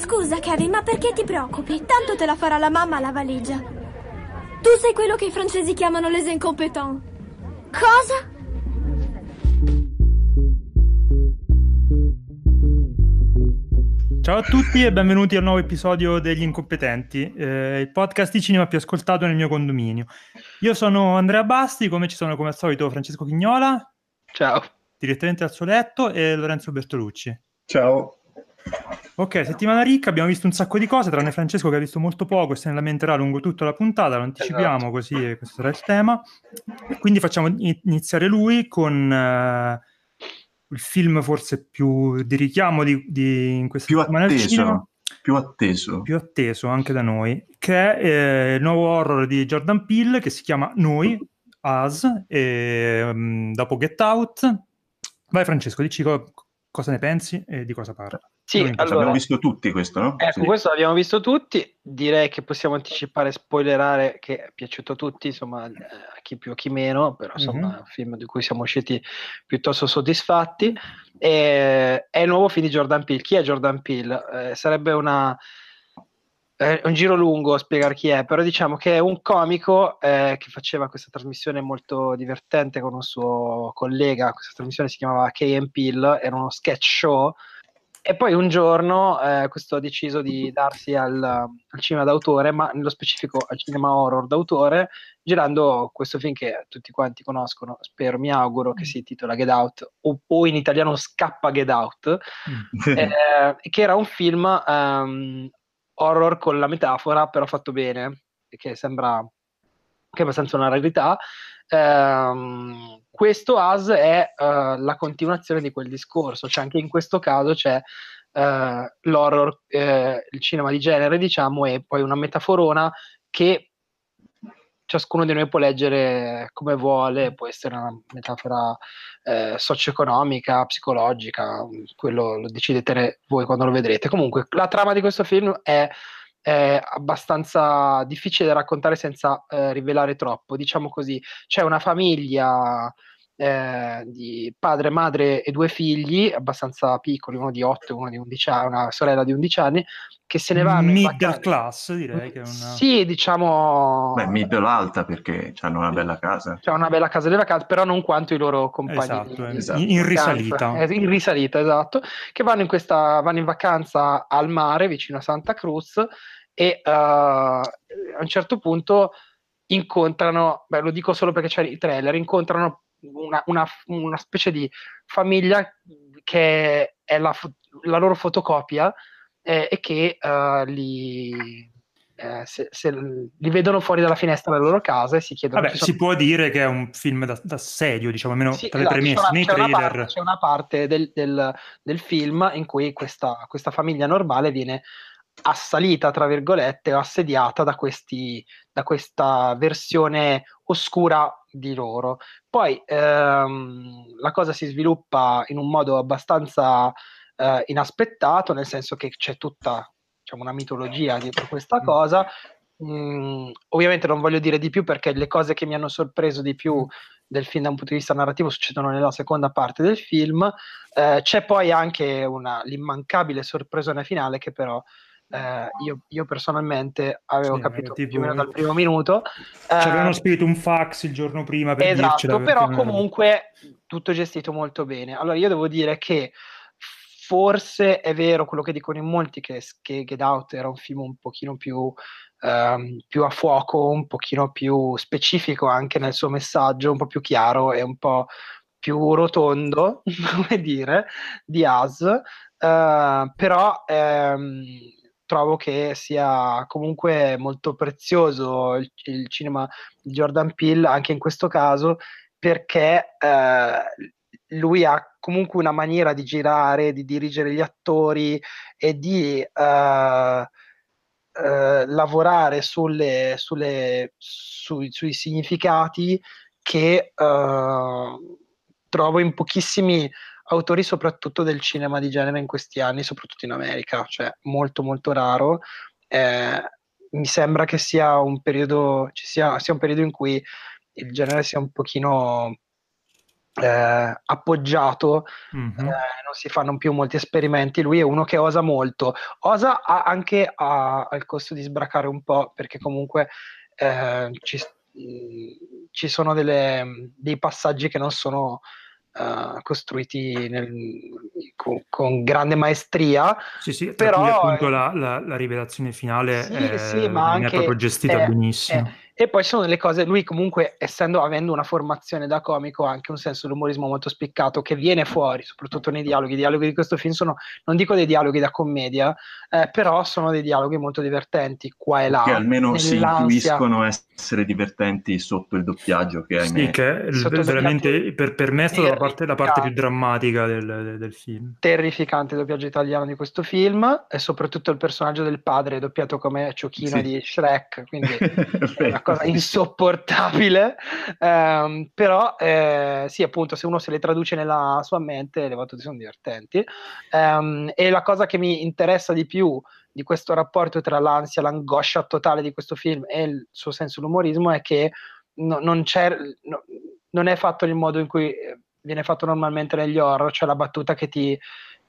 Scusa, Kevin, ma perché ti preoccupi? Tanto te la farà la mamma la valigia. Tu sei quello che i francesi chiamano les incompetents. Cosa? Ciao a tutti e benvenuti al nuovo episodio degli Incompetenti, il podcast di cinema più ascoltato nel mio condominio. Io sono Andrea Basti, come ci sono come al solito Francesco Chignola, ciao, direttamente al suo letto, e Lorenzo Bertolucci. Ciao. Ok, settimana ricca, abbiamo visto un sacco di cose, tranne Francesco che ha visto molto poco e se ne lamenterà lungo tutta la puntata, lo anticipiamo, esatto. Così questo sarà il tema. Quindi facciamo iniziare lui con il film forse più di richiamo in questa settimana al cinema. Più atteso Anche da noi, che è il nuovo horror di Jordan Peele che si chiama Noi, Us, e dopo Get Out. Vai Francesco, dici cosa ne pensi e di cosa parla. Sì, allora, abbiamo visto tutti questo, no? Ecco, sì. Questo l'abbiamo visto tutti, direi che possiamo anticipare, spoilerare che è piaciuto a tutti, insomma, a chi più a chi meno, però insomma è un film di cui siamo usciti piuttosto soddisfatti. È il nuovo film di Jordan Peele. Chi è Jordan Peele? Sarebbe un giro lungo spiegare chi è, però diciamo che è un comico che faceva questa trasmissione molto divertente con un suo collega. Questa trasmissione si chiamava Key & Peele, era uno sketch show. E poi un giorno questo ha deciso di darsi al cinema d'autore, ma nello specifico al cinema horror d'autore, girando questo film che tutti quanti conoscono, spero, mi auguro, che si intitola Get Out, o in italiano Scappa Get Out, che era un film horror con la metafora, però fatto bene, che sembra che è abbastanza una rarità. Questo Us è la continuazione di quel discorso, cioè anche in questo caso c'è l'horror, il cinema di genere, diciamo, e poi una metaforona che ciascuno di noi può leggere come vuole, può essere una metafora socio-economica, psicologica, quello lo decidete voi quando lo vedrete. Comunque la trama di questo film è abbastanza difficile da raccontare senza rivelare troppo, diciamo così. C'è una famiglia di padre, madre e due figli abbastanza piccoli, uno di 8 e uno di 11 anni, una sorella di 11 anni, che se ne vanno in middle vacanza. class, direi che è una... Sì, diciamo... Beh, middle alta perché hanno una bella casa. C'è una bella casa delle vacanze, però non quanto i loro compagni. Esatto, in risalita. In risalita, esatto. Che vanno in vacanza al mare vicino a Santa Cruz e a un certo punto incontrano, lo dico solo perché c'è il trailer, incontrano una specie di famiglia che è la loro fotocopia e che li vedono fuori dalla finestra della loro casa e si chiedono Vabbè, si può dire che è un film da serio, diciamo, almeno sì, dalle premesse, nei trailer. C'è una parte del film in cui questa famiglia normale viene assalita, tra virgolette, o assediata da questa versione oscura di loro. Poi la cosa si sviluppa in un modo abbastanza inaspettato, nel senso che c'è tutta, diciamo, una mitologia dietro questa cosa. Ovviamente non voglio dire di più perché le cose che mi hanno sorpreso di più del film da un punto di vista narrativo succedono nella seconda parte del film. C'è poi anche l'immancabile sorpresona finale che però io personalmente avevo capito più o meno dal primo minuto. Ci avevano scritto un fax il giorno prima per dircela. Esatto, però comunque tutto gestito molto bene. Allora io devo dire che forse è vero quello che dicono in molti, che Get Out era un film un pochino più a fuoco, un pochino più specifico anche nel suo messaggio, un po' più chiaro e un po' più rotondo, come dire, di Us, però trovo che sia comunque molto prezioso il cinema di Jordan Peele anche in questo caso, perché lui ha comunque una maniera di girare, di dirigere gli attori e di lavorare sui significati che trovo in pochissimi autori, soprattutto del cinema di genere in questi anni, soprattutto in America, cioè molto molto raro. Mi sembra che sia un periodo in cui il genere sia un pochino appoggiato, non si fanno più molti esperimenti. Lui è uno che osa molto, osa anche al costo di sbracare un po', perché comunque ci sono dei passaggi che non sono costruiti con grande maestria. Sì, tra però cui appunto la rivelazione finale sì, ma non è anche proprio gestita benissimo. e poi sono delle cose, lui comunque avendo una formazione da comico ha anche un senso dell'umorismo molto spiccato che viene fuori, soprattutto nei dialoghi. I dialoghi di questo film sono, non dico dei dialoghi da commedia, però sono dei dialoghi molto divertenti qua e là, che almeno si nell'ansia. intuiscono essere divertenti sotto il doppiaggio, che Sì, che è veramente per me è stata la parte più drammatica del film. Terrificante il doppiaggio italiano di questo film, e soprattutto il personaggio del padre doppiato come Ciocchino di Shrek, quindi è una cosa insopportabile. Però sì, appunto, se uno se le traduce nella sua mente, le battute sono divertenti. E la cosa che mi interessa di più di questo rapporto tra l'ansia, l'angoscia totale di questo film e il suo senso dell'umorismo è che non è fatto nel modo in cui viene fatto normalmente negli horror, cioè la battuta che ti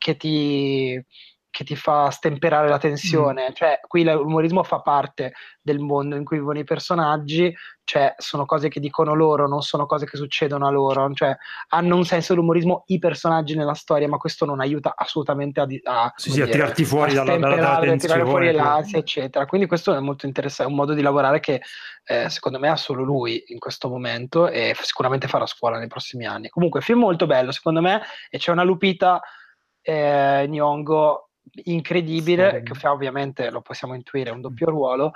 fa stemperare la tensione. Cioè, qui l'umorismo fa parte del mondo in cui vivono i personaggi, cioè sono cose che dicono loro, non sono cose che succedono a loro, cioè hanno un senso dell'umorismo i personaggi nella storia, ma questo non aiuta assolutamente a tirarti fuori dalla tensione, tirare fuori l'ansia, eccetera. Quindi questo è molto interessante, è un modo di lavorare che secondo me ha solo lui in questo momento e sicuramente farà scuola nei prossimi anni. Comunque, film molto bello secondo me, e c'è una Lupita Nyong'o incredibile, che ovviamente lo possiamo intuire, è un doppio ruolo,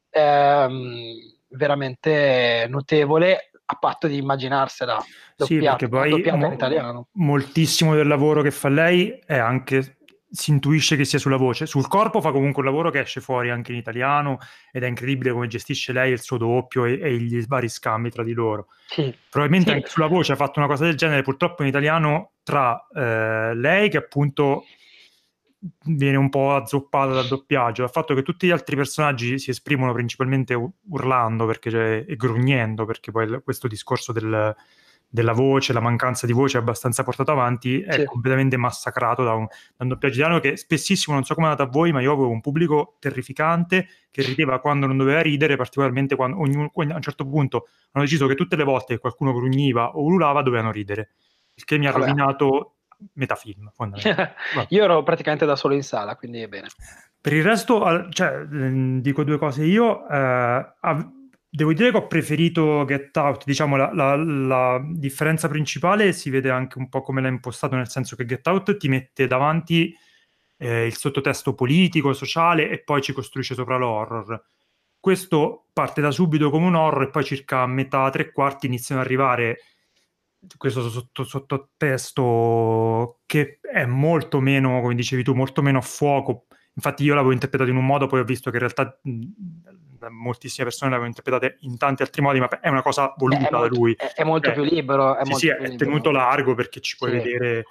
veramente notevole, a patto di immaginarsela doppiata in italiano. Moltissimo del lavoro che fa lei è anche, si intuisce che sia sulla voce. Sul corpo fa comunque un lavoro che esce fuori anche in italiano, ed è incredibile come gestisce lei il suo doppio e gli vari scambi tra di loro. Sì, probabilmente anche sulla voce ha fatto una cosa del genere, purtroppo in italiano, tra lei, che appunto viene un po' azzoppata dal doppiaggio, il fatto che tutti gli altri personaggi si esprimono principalmente urlando e grugnendo, perché poi questo discorso della voce, la mancanza di voce è abbastanza portato avanti, è completamente massacrato da un doppiaggio italiano che spessissimo, non so come è andato a voi, ma io avevo un pubblico terrificante che rideva quando non doveva ridere, particolarmente quando a un certo punto hanno deciso che tutte le volte che qualcuno grugniva o ululava dovevano ridere, il che mi ha rovinato metà film. Io ero praticamente da solo in sala, quindi è bene. Per il resto, dico due cose io. Devo dire che ho preferito Get Out. Diciamo, la differenza principale si vede anche un po' come l'ha impostato, nel senso che Get Out ti mette davanti il sottotesto politico, sociale, e poi ci costruisce sopra l'horror. Questo parte da subito come un horror, e poi circa a metà, tre quarti iniziano ad arrivare questo sottotesto che è molto meno, come dicevi tu, molto meno a fuoco. Infatti io l'avevo interpretato in un modo, poi ho visto che in realtà moltissime persone l'avevano interpretate in tanti altri modi, ma è una cosa voluta da lui. È molto più libero. È tenuto largo, perché ci puoi vedere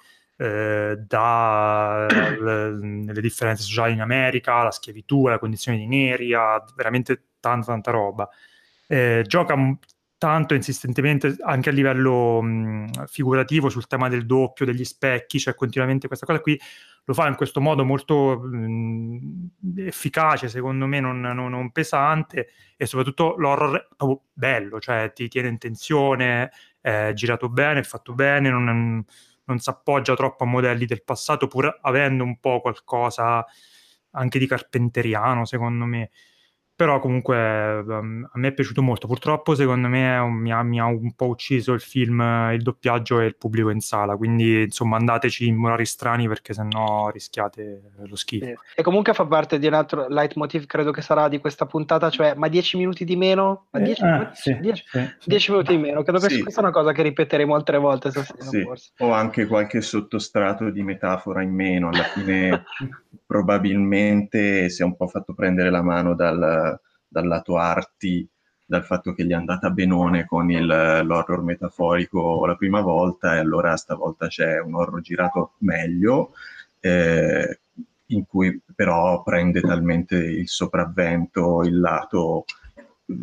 nelle differenze sociali in America, la schiavitù, la condizione di neri, ha veramente tanta roba. Gioca tanto insistentemente anche a livello figurativo sul tema del doppio, degli specchi, cioè continuamente questa cosa qui lo fa in questo modo molto efficace, secondo me, non pesante, e soprattutto l'horror è proprio bello, cioè ti tiene in tensione, è girato bene, è fatto bene, non si appoggia troppo a modelli del passato, pur avendo un po' qualcosa anche di carpenteriano, secondo me. Però comunque a me è piaciuto molto. Purtroppo secondo me mi ha un po' ucciso il film, il doppiaggio e il pubblico in sala, quindi insomma andateci in orari strani, perché sennò rischiate lo schifo. E comunque fa parte di un altro leitmotiv, credo che sarà di questa puntata, cioè ma 10 minuti di meno? Ma 10 minuti di meno, credo che questa è una cosa che ripeteremo altre volte stasera, forse. O anche qualche sottostrato di metafora in meno, alla fine probabilmente si è un po' fatto prendere la mano dal lato arti, dal fatto che gli è andata benone con l'horror metaforico la prima volta, e allora stavolta c'è un horror girato meglio, in cui però prende talmente il sopravvento il lato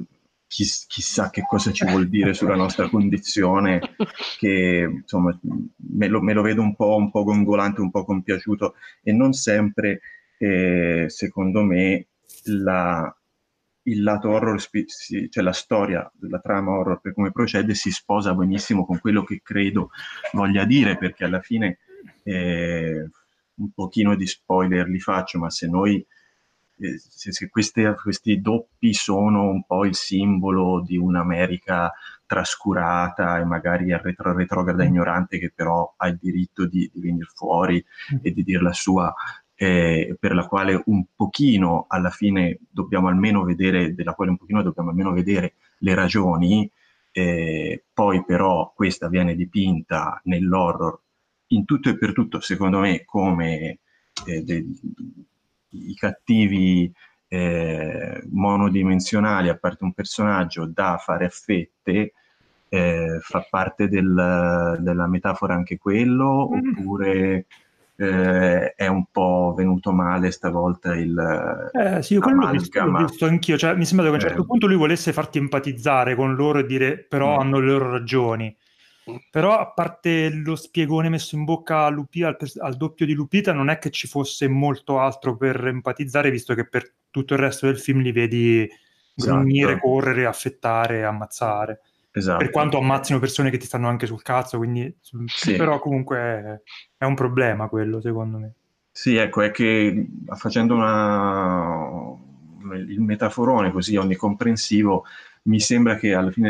chissà che cosa ci vuol dire sulla nostra condizione, che insomma me lo vedo un po' gongolante, un po' compiaciuto, e non sempre, secondo me, il lato horror, cioè la storia della trama horror per come procede si sposa benissimo con quello che credo voglia dire, perché alla fine un pochino di spoiler li faccio, ma se noi se questi doppi sono un po' il simbolo di un'America trascurata e magari retrograda ignorante, che però ha il diritto di venire fuori e di dire la sua, per la quale un pochino alla fine dobbiamo almeno vedere, della quale un pochino dobbiamo almeno vedere le ragioni, poi però questa viene dipinta nell'horror in tutto e per tutto, secondo me, come i cattivi monodimensionali, a parte un personaggio da fare a fette. Fa parte della metafora anche quello, oppure è un po' venuto male stavolta sì, quello l'ho l'amalgama? visto anch'io, cioè, mi sembra che a un certo punto lui volesse farti empatizzare con loro e dire però hanno le loro ragioni. Però a parte lo spiegone messo in bocca a al doppio di Lupita, non è che ci fosse molto altro per empatizzare, visto che per tutto il resto del film li vedi grugnire, Esatto. correre, affettare, ammazzare. Esatto. Per quanto ammazzino persone che ti stanno anche sul cazzo, quindi sì. Però comunque è un problema quello, secondo me. Sì, ecco, è che facendo il metaforone così onnicomprensivo, mi sembra che alla fine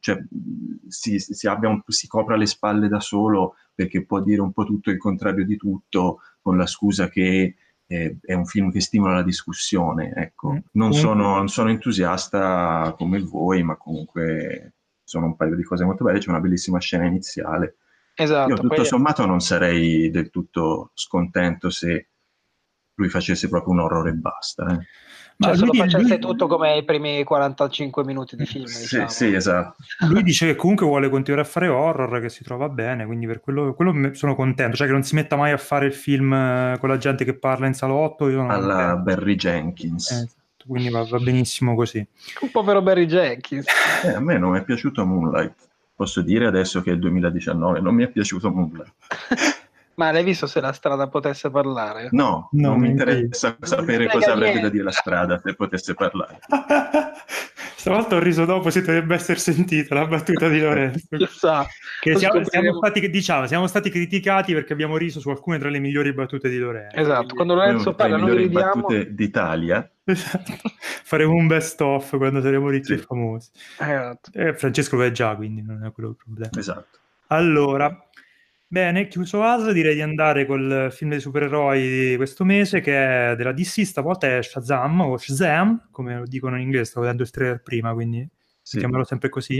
si copra le spalle da solo, perché può dire un po' tutto e il contrario di tutto, con la scusa che è un film che stimola la discussione. Ecco. Non sono entusiasta come voi, ma comunque sono un paio di cose molto belle. C'è una bellissima scena iniziale. Esatto, Io tutto sommato non sarei del tutto scontento se lui facesse proprio un horror e basta. Cioè, se lo facesse tutto come i primi 45 minuti di film, sì, sì, esatto. Lui dice che comunque vuole continuare a fare horror, che si trova bene, quindi per quello sono contento, cioè che non si metta mai a fare il film con la gente che parla in salotto. Io alla Barry Jenkins. Esatto, quindi va benissimo così. Un povero Barry Jenkins. A me non è piaciuto Moonlight. Posso dire adesso che è il 2019, non mi è piaciuto Moonlight. Ma l'hai visto Se la strada potesse parlare? No, non mi interessa sapere cosa avrebbe da dire la strada se potesse parlare. Stavolta ho riso dopo, si dovrebbe essere sentita la battuta di Lorenzo. Che siamo stati criticati perché abbiamo riso su alcune tra le migliori battute di Lorenzo. Esatto, quando Lorenzo parla noi ridiamo. Battute d'Italia. Esatto. Faremo un best of quando saremo ricchi e famosi. Esatto. Francesco lo è già, quindi non è quello il problema. Esatto. Allora, bene, chiuso AS, direi di andare col film dei supereroi di questo mese, che è della DC, stavolta è Shazam, o Shazam, come lo dicono in inglese, stavo vedendo il trailer prima, quindi chiamerò sempre così,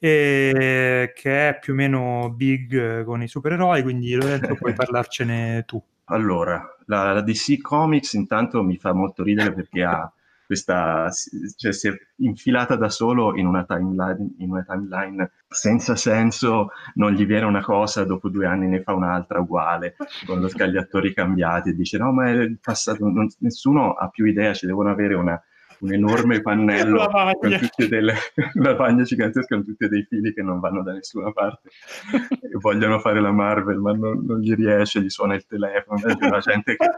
e che è più o meno big con i supereroi, quindi Lorenzo puoi parlarcene tu. Allora, la DC Comics intanto mi fa molto ridere perché ha questa, cioè si è infilata da solo in una timeline senza senso, non gli viene una cosa, dopo 2 anni ne fa un'altra uguale, con lo scagliatori cambiati, e dice no, ma è il passato, nessuno ha più idea, ci devono avere un enorme pannello con una lavagna gigantesca con tutti dei fili che non vanno da nessuna parte e vogliono fare la Marvel ma non gli riesce, gli suona il telefono, c'è una gente che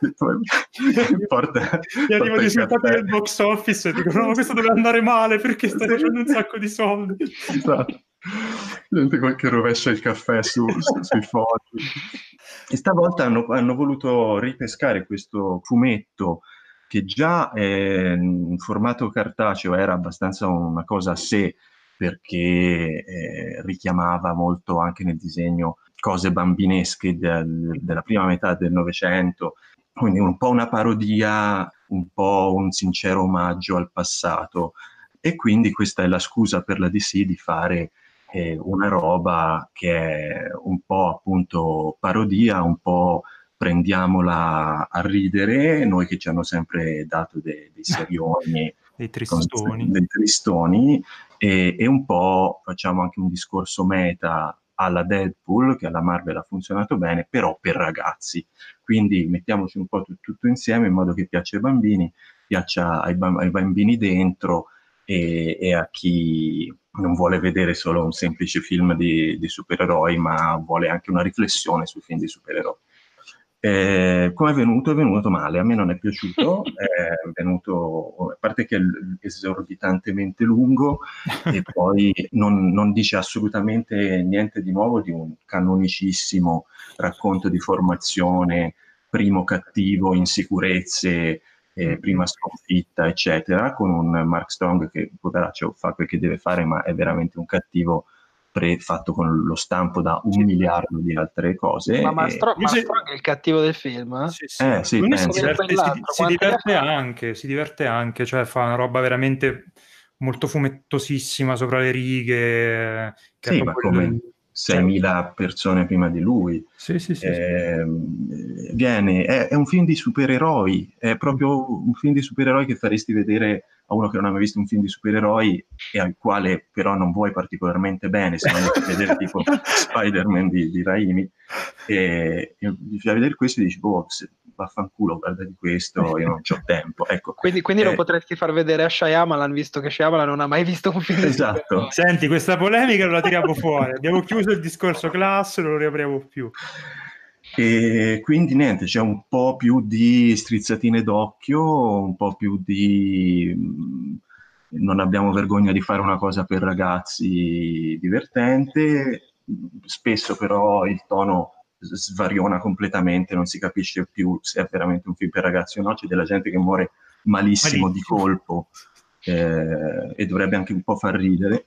porta gli arrivano i risultati del box office e dicono no, questo deve andare male perché sta facendo un sacco di soldi. Esatto, gente che rovescia il caffè sui fogli. E stavolta hanno voluto ripescare questo fumetto che già in formato cartaceo era abbastanza una cosa a sé, perché richiamava molto anche nel disegno cose bambinesche della prima metà del Novecento, quindi un po' una parodia, un po' un sincero omaggio al passato, e quindi questa è la scusa per la DC di fare una roba che è un po' appunto parodia, un po' prendiamola a ridere, noi che ci hanno sempre dato dei serioni, dei tristoni, e un po' facciamo anche un discorso meta alla Deadpool, che alla Marvel ha funzionato bene, però per ragazzi. Quindi mettiamoci un po' tutto insieme in modo che piaccia ai bambini, piaccia ai bambini dentro, e a chi non vuole vedere solo un semplice film di supereroi, ma vuole anche una riflessione sui film di supereroi. Come è venuto? È venuto male, a me non è piaciuto, è venuto, a parte che è esorbitantemente lungo e poi non dice assolutamente niente di nuovo di un canonicissimo racconto di formazione, primo cattivo, insicurezze, prima sconfitta, eccetera, con un Mark Strong che poveraccio fa quel che deve fare, ma è veramente un cattivo fatto con lo stampo da 1 miliardo di altre cose. Ma Strong è il cattivo del film? Sì, sì. Sì, Lui penso. si diverte anche, cioè fa una roba veramente molto fumettosissima sopra le righe. Che Sì, è ma proprio come 6.000 persone prima di lui. Sì. È un film di supereroi, è proprio un film di supereroi che faresti vedere a uno che non ha mai visto un film di supereroi e al quale però non vuoi particolarmente bene, se non gli fai vedere tipo Spider-Man di Raimi, e gli fai vedere questo e dici, boh, vaffanculo, guarda di questo, io non c'ho tempo. Ecco. Quindi lo potresti far vedere a Shyamalan, visto che Shyamalan non ha mai visto un film di Esatto. Senti, questa polemica la tiriamo fuori. Abbiamo chiuso il discorso classe, non lo riapriamo più. E quindi niente, c'è un po' più di strizzatine d'occhio, un po' più di non abbiamo vergogna di fare una cosa per ragazzi divertente, spesso però il tono svariona completamente, non si capisce più se è veramente un film per ragazzi o no, c'è della gente che muore malissimo di colpo e dovrebbe anche un po' far ridere.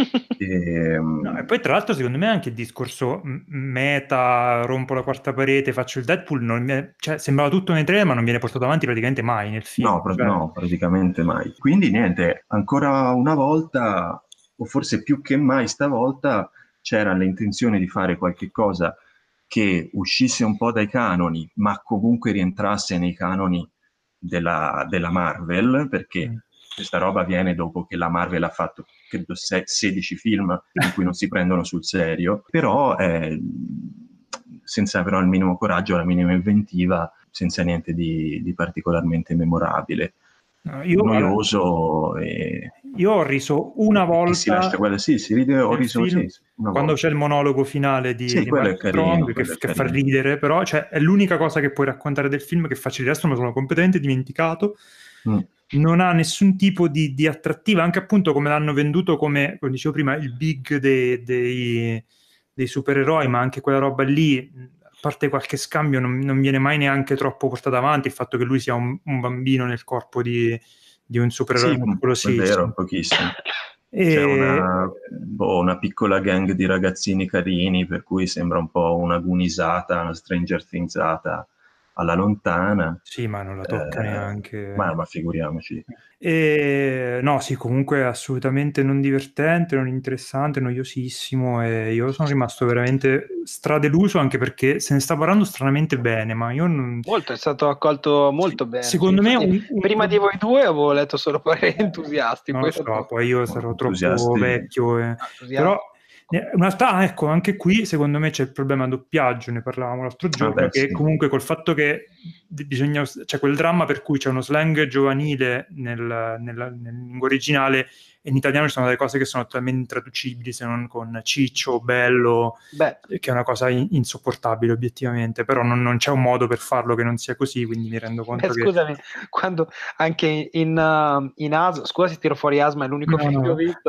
No, e poi tra l'altro secondo me anche il discorso meta, rompo la quarta parete, faccio il Deadpool, cioè, sembrava tutto nei trailer ma non viene portato avanti praticamente mai nel film. No, praticamente mai. Quindi niente, ancora una volta, o forse più che mai stavolta, c'era l'intenzione di fare qualche cosa che uscisse un po' dai canoni, ma comunque rientrasse nei canoni della Marvel, perché questa roba viene dopo che la Marvel ha fatto, credo, 16 film in cui non si prendono sul serio, però senza però il minimo coraggio, la minima inventiva, senza niente di particolarmente memorabile. Noioso. Io ho riso una volta. Si lascia, guarda, si ride, ho riso film, quando c'è il monologo finale di Mark Strong, che fa ridere, però cioè, è l'unica cosa che puoi raccontare del film che faccio, il resto me lo sono completamente dimenticato. Non ha nessun tipo di attrattiva, anche appunto come l'hanno venduto, come dicevo prima, il big dei supereroi, ma anche quella roba lì, a parte qualche scambio, non viene mai neanche troppo portato avanti, il fatto che lui sia un bambino nel corpo di un supereroe muscolosissimo. È vero, pochissimo. C'è una piccola gang di ragazzini carini, per cui sembra un po' una Goonisata, una Stranger Thingsata alla lontana. Sì, ma non la tocca neanche. Ma figuriamoci. No, sì, comunque assolutamente non divertente, non interessante, noiosissimo, e io sono rimasto veramente stradeluso, anche perché se ne sta parlando stranamente bene, ma io non... Molto, è stato accolto molto bene. Secondo me... Prima di voi due avevo letto solo pareri entusiasti. Non lo so, poi io sarò troppo vecchio. Però... in realtà, ecco, anche qui secondo me c'è il problema doppiaggio, ne parlavamo l'altro giorno, che comunque col fatto che c'è quel dramma per cui c'è uno slang giovanile nella lingua originale, e in italiano ci sono delle cose che sono totalmente intraducibili, se non con ciccio, bello, che è una cosa insopportabile obiettivamente, però non c'è un modo per farlo che non sia così, quindi mi rendo conto che... Scusami, quando anche in As, scusa se tiro fuori Asma, è l'unico film che ho visto,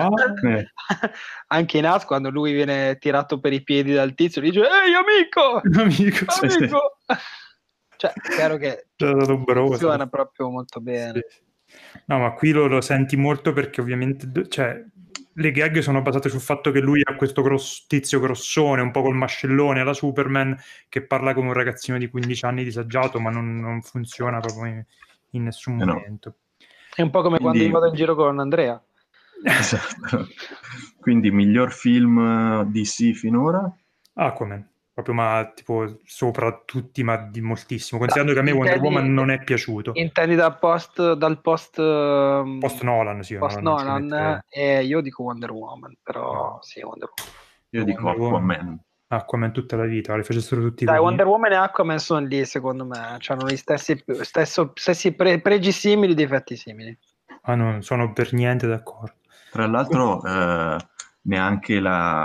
anche in As, quando lui viene tirato per i piedi dal tizio, gli dice ehi amico! Cioè, è chiaro che funziona proprio molto bene. Sì. No, ma qui lo senti molto perché ovviamente le gag sono basate sul fatto che lui ha questo tizio grossone, un po' col mascellone alla Superman, che parla come un ragazzino di 15 anni disagiato, ma non funziona proprio in nessun momento. È un po' come quando io vado in giro con Andrea. Esatto. Quindi miglior film DC finora? Aquaman. Proprio, ma tipo sopra tutti, ma di moltissimo, considerando che a me Wonder Woman non è piaciuto. Intendi dal post Nolan, sì. Post Nolan, io dico Wonder Woman, però sì, Wonder Woman. Io dico Aquaman tutta la vita, le facessero tutti così. Wonder Woman e Aquaman sono lì, secondo me, hanno gli stessi pregi simili, difetti simili. ma non sono per niente d'accordo. Tra l'altro, neanche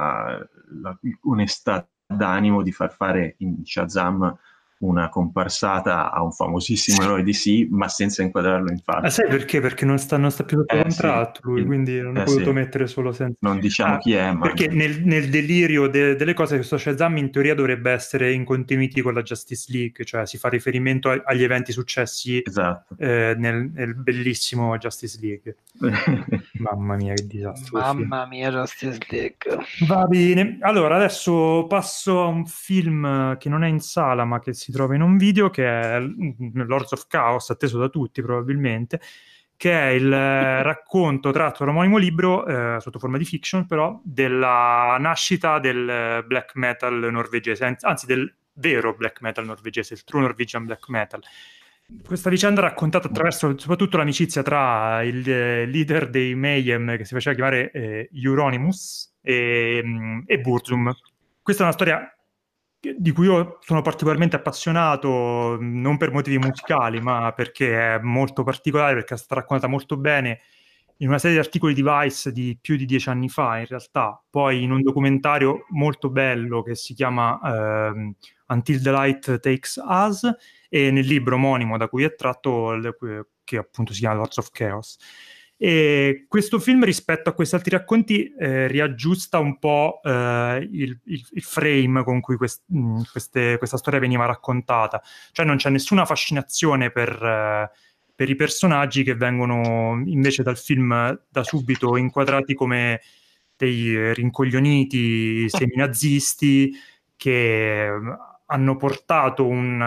onestà d'animo di far fare in Shazam una comparsata a un famosissimo eroe DC, ma senza inquadrarlo in faccia. Sai perché? Perché non sta più sotto Sì, contratto lui, quindi non ho potuto sì. mettere solo senza... Non diciamo chi è, ma... Perché nel delirio delle cose, questo Shazam in teoria dovrebbe essere in continuity con la Justice League, cioè si fa riferimento agli eventi successi Esatto. nel bellissimo Justice League. Mamma mia, che disastro. Mamma mia, Justice League. Va bene, allora adesso passo a un film che non è in sala ma che si trova in un video, che è Lords of Chaos, atteso da tutti probabilmente, che è il racconto tratto dall'omonimo libro, sotto forma di fiction però, della nascita del black metal norvegese, anzi del vero black metal norvegese, il true Norwegian black metal. Questa vicenda raccontata attraverso soprattutto l'amicizia tra il leader dei Mayhem, che si faceva chiamare Euronymous, e Burzum. Questa è una storia di cui io sono particolarmente appassionato, non per motivi musicali, ma perché è molto particolare, perché è stata raccontata molto bene in una serie di articoli di Vice di più di 10 anni fa, in realtà, poi in un documentario molto bello che si chiama Until the Light Takes Us, e nel libro omonimo da cui è tratto, che appunto si chiama Lords of Chaos. E questo film, rispetto a questi altri racconti, riaggiusta un po' il frame con cui questa storia veniva raccontata. Cioè non c'è nessuna fascinazione per i personaggi, che vengono invece dal film da subito inquadrati come dei rincoglioniti seminazisti che hanno portato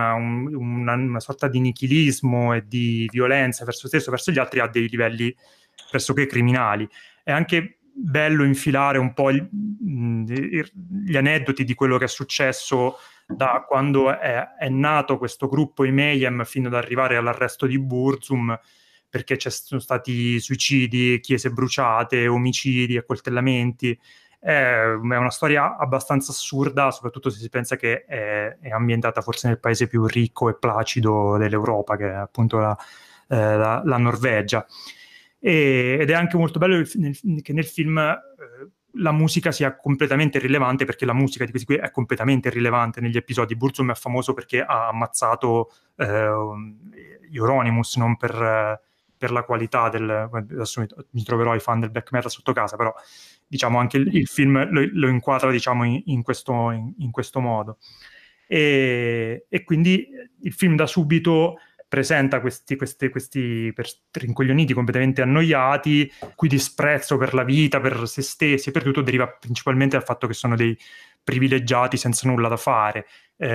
una sorta di nichilismo e di violenza verso se stesso, verso gli altri, a dei livelli pressoché criminali. È anche bello infilare un po' gli aneddoti di quello che è successo da quando è nato questo gruppo, i Mayhem, fino ad arrivare all'arresto di Burzum, perché ci sono stati suicidi, chiese bruciate, omicidi, accoltellamenti. È una storia abbastanza assurda, soprattutto se si pensa che è ambientata forse nel paese più ricco e placido dell'Europa, che è appunto la Norvegia. Ed è anche molto bello che nel film la musica sia completamente irrilevante, perché la musica di questi qui è completamente irrilevante negli episodi. Burzum è famoso perché ha ammazzato Euronymous, non per la qualità adesso mi troverò i fan del black metal sotto casa, però diciamo anche il film lo inquadra, diciamo, in questo modo. E quindi il film da subito presenta questi rincoglioniti completamente annoiati, cui disprezzo per la vita, per se stessi e per tutto deriva principalmente dal fatto che sono dei privilegiati senza nulla da fare.